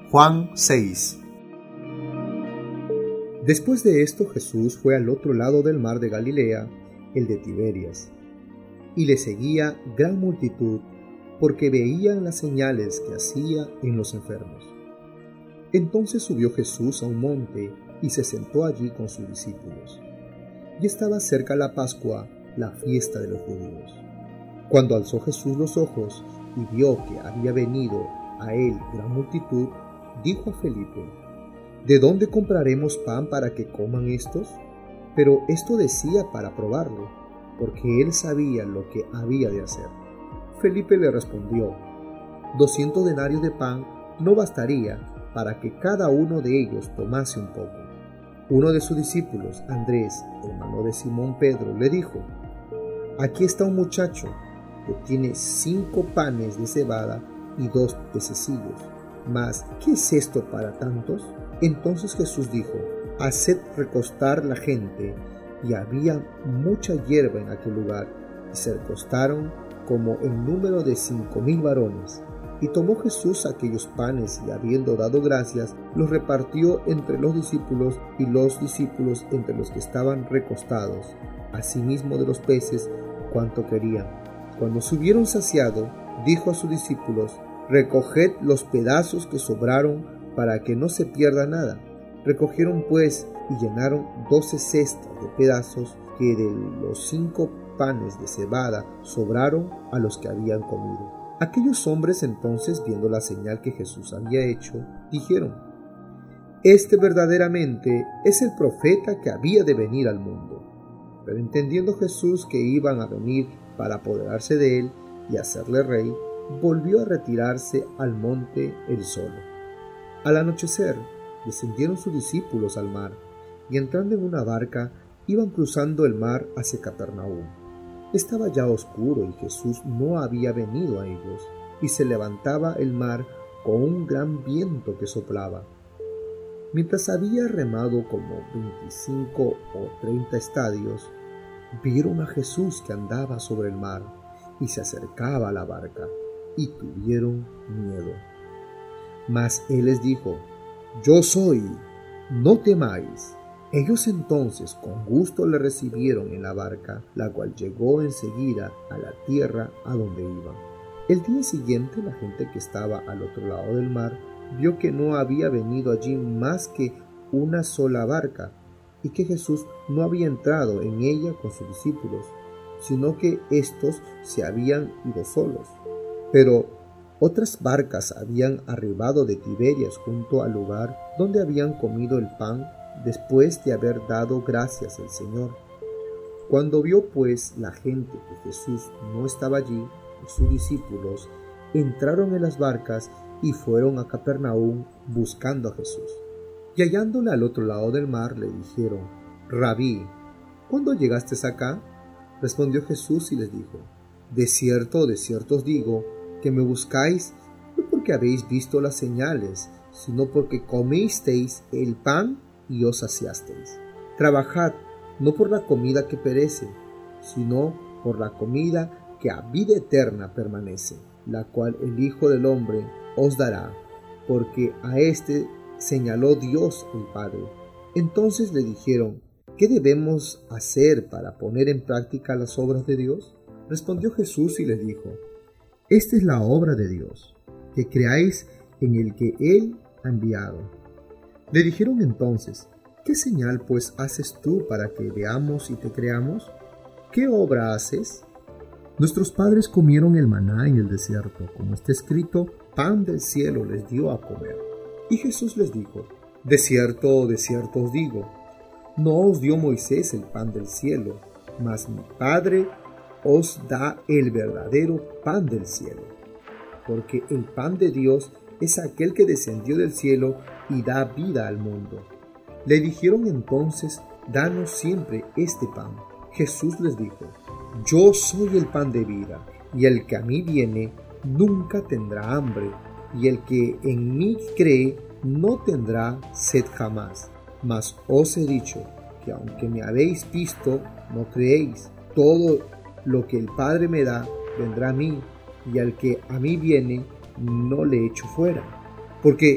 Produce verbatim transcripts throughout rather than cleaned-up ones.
Juan seis. Después de esto, Jesús fue al otro lado del mar de Galilea, el de Tiberias, y le seguía gran multitud, porque veían las señales que hacía en los enfermos. Entonces subió Jesús a un monte y se sentó allí con sus discípulos. Y estaba cerca la Pascua, la fiesta de los judíos. Cuando alzó Jesús los ojos y vio que había venido a él gran multitud, dijo a Felipe: ¿De dónde compraremos pan para que coman estos? Pero esto decía para probarlo, porque él sabía lo que había de hacer. Felipe le respondió: Doscientos denarios de pan no bastaría para que cada uno de ellos tomase un poco. Uno de sus discípulos, Andrés, hermano de Simón Pedro, le dijo: Aquí está un muchacho que tiene cinco panes de cebada y dos pececillos. Mas, ¿qué es esto para tantos? Entonces Jesús dijo: Haced recostar la gente. Y había mucha hierba en aquel lugar, y se recostaron como en número de cinco mil varones. Y tomó Jesús aquellos panes, y habiendo dado gracias, los repartió entre los discípulos, y los discípulos entre los que estaban recostados, asimismo de los peces, cuanto querían. Cuando se hubieron saciado, dijo a sus discípulos: Recoged los pedazos que sobraron, para que no se pierda nada. Recogieron pues y llenaron doce cestas de pedazos que de los cinco panes de cebada sobraron a los que habían comido. Aquellos hombres entonces, viendo la señal que Jesús había hecho, dijeron: Este verdaderamente es el profeta que había de venir al mundo. Pero entendiendo Jesús que iban a venir para apoderarse de él y hacerle rey, volvió a retirarse al monte él solo. Al anochecer, descendieron sus discípulos al mar, y entrando en una barca, iban cruzando el mar hacia Capernaum. Estaba ya oscuro y Jesús no había venido a ellos, y se levantaba el mar con un gran viento que soplaba. Mientras había remado como veinticinco o treinta estadios, vieron a Jesús que andaba sobre el mar y se acercaba a la barca, y tuvieron miedo. Mas él les dijo: Yo soy, no temáis. Ellos entonces con gusto le recibieron en la barca, la cual llegó enseguida a la tierra a donde iban. El día siguiente, la gente que estaba al otro lado del mar vio que no había venido allí más que una sola barca, y que Jesús no había entrado en ella con sus discípulos, sino que éstos se habían ido solos. Pero otras barcas habían arribado de Tiberias junto al lugar donde habían comido el pan después de haber dado gracias al Señor. Cuando vio pues la gente que Jesús no estaba allí, y sus discípulos entraron en las barcas y fueron a Capernaum buscando a Jesús. Y hallándole al otro lado del mar, le dijeron: Rabí, ¿cuándo llegaste acá? Respondió Jesús y les dijo: De cierto, de cierto os digo, que me buscáis no porque habéis visto las señales, sino porque comisteis el pan y os saciasteis. Trabajad no por la comida que perece, sino por la comida que a vida eterna permanece, la cual el Hijo del Hombre os dará, porque a éste señaló Dios el Padre. Entonces le dijeron: ¿Qué debemos hacer para poner en práctica las obras de Dios? Respondió Jesús y les dijo: Esta es la obra de Dios, que creáis en el que Él ha enviado. Le dijeron entonces: ¿Qué señal pues haces tú para que veamos y te creamos? ¿Qué obra haces? Nuestros padres comieron el maná en el desierto, como está escrito: pan del cielo les dio a comer. Y Jesús les dijo: De cierto, de cierto os digo, no os dio Moisés el pan del cielo, mas mi Padre os da el verdadero pan del cielo. Porque el pan de Dios es aquel que descendió del cielo y da vida al mundo. Le dijeron entonces: Danos siempre este pan. Jesús les dijo: Yo soy el pan de vida, y el que a mí viene nunca tendrá hambre, y el que en mí cree no tendrá sed jamás. Mas os he dicho que aunque me habéis visto, no creéis. Todo lo que el Padre me da vendrá a mí, y al que a mí viene no le echo fuera. Porque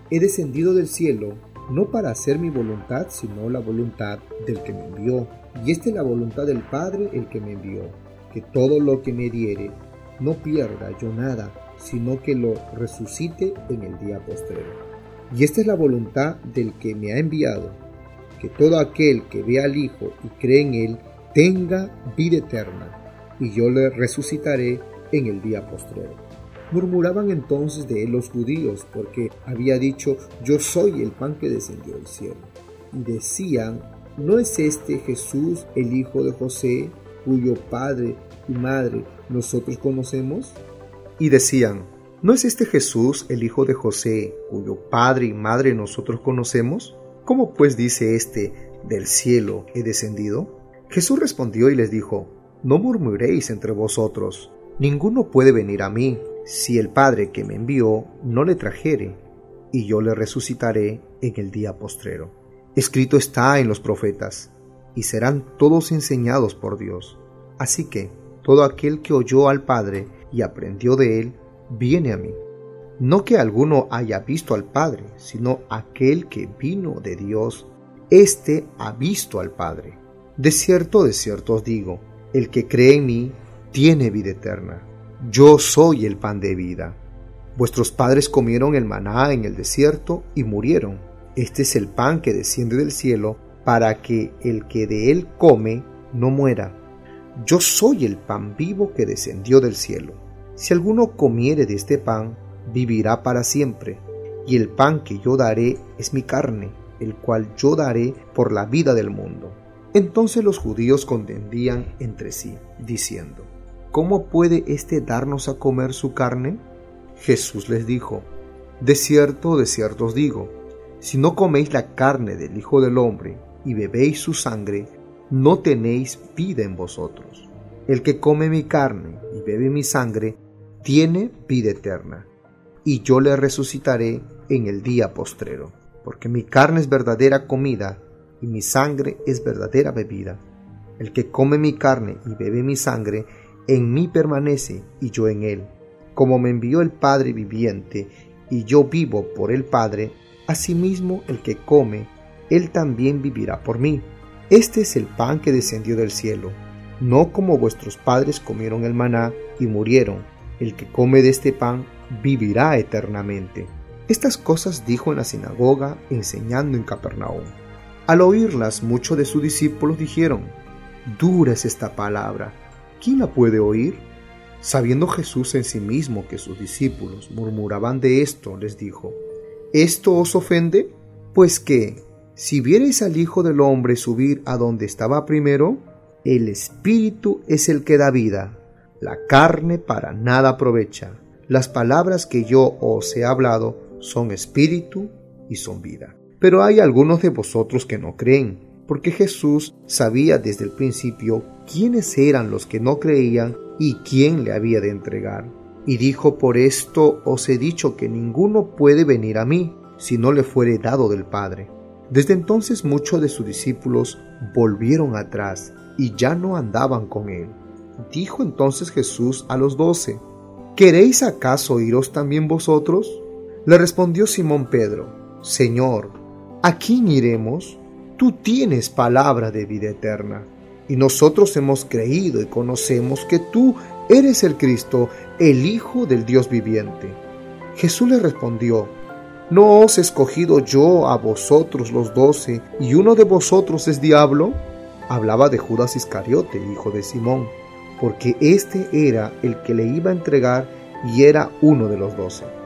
he descendido del cielo no para hacer mi voluntad, sino la voluntad del que me envió. Y esta es la voluntad del Padre, el que me envió, que todo lo que me diere no pierda yo nada, sino que lo resucite en el día postrero. Y esta es la voluntad del que me ha enviado, que todo aquel que vea al Hijo y cree en él tenga vida eterna, y yo le resucitaré en el día postrero. Murmuraban entonces de él los judíos, porque había dicho: yo soy el pan que descendió del cielo. Y decían: ¿no es este Jesús el hijo de José, cuyo padre y madre nosotros conocemos? Y decían: ¿no es este Jesús el hijo de José, cuyo padre y madre nosotros conocemos? ¿Cómo pues dice éste: del cielo he descendido? Jesús respondió y les dijo: no murmuréis entre vosotros. Ninguno puede venir a mí, si el Padre que me envió no le trajere, y yo le resucitaré en el día postrero. Escrito está en los profetas, y serán todos enseñados por Dios. Así que todo aquel que oyó al Padre y aprendió de él, viene a mí. No que alguno haya visto al Padre, sino aquel que vino de Dios, éste ha visto al Padre. De cierto, de cierto os digo, el que cree en mí tiene vida eterna. Yo soy el pan de vida. Vuestros padres comieron el maná en el desierto y murieron. Este es el pan que desciende del cielo, para que el que de él come no muera. Yo soy el pan vivo que descendió del cielo. Si alguno comiere de este pan, vivirá para siempre. Y el pan que yo daré es mi carne, el cual yo daré por la vida del mundo. Entonces los judíos contendían entre sí, diciendo: ¿cómo puede éste darnos a comer su carne? Jesús les dijo: de cierto, de cierto os digo, si no coméis la carne del Hijo del Hombre y bebéis su sangre, no tenéis vida en vosotros. El que come mi carne y bebe mi sangre, tiene vida eterna, y yo le resucitaré en el día postrero, porque mi carne es verdadera comida, y mi sangre es verdadera bebida. El que come mi carne y bebe mi sangre, en mí permanece y yo en él. Como me envió el Padre viviente, y yo vivo por el Padre, asimismo el que come, él también vivirá por mí. Este es el pan que descendió del cielo, no como vuestros padres comieron el maná y murieron. El que come de este pan vivirá eternamente. Estas cosas dijo en la sinagoga, enseñando en Capernaum. Al oírlas, muchos de sus discípulos dijeron: dura es esta palabra, ¿quién la puede oír? Sabiendo Jesús en sí mismo que sus discípulos murmuraban de esto, les dijo: ¿esto os ofende? Pues que, si viereis al Hijo del Hombre subir a donde estaba primero, el Espíritu es el que da vida, la carne para nada aprovecha. Las palabras que yo os he hablado son espíritu y son vida. Pero hay algunos de vosotros que no creen, porque Jesús sabía desde el principio quiénes eran los que no creían y quién le había de entregar. Y dijo: por esto os he dicho que ninguno puede venir a mí, si no le fuere dado del Padre. Desde entonces muchos de sus discípulos volvieron atrás y ya no andaban con él. Dijo entonces Jesús a los doce: ¿queréis acaso iros también vosotros? Le respondió Simón Pedro: Señor, ¿a quién iremos? Tú tienes palabra de vida eterna, y nosotros hemos creído y conocemos que tú eres el Cristo, el Hijo del Dios viviente. Jesús le respondió: ¿no os he escogido yo a vosotros los doce, y uno de vosotros es diablo? Hablaba de Judas Iscariote, hijo de Simón, porque éste era el que le iba a entregar y era uno de los doce.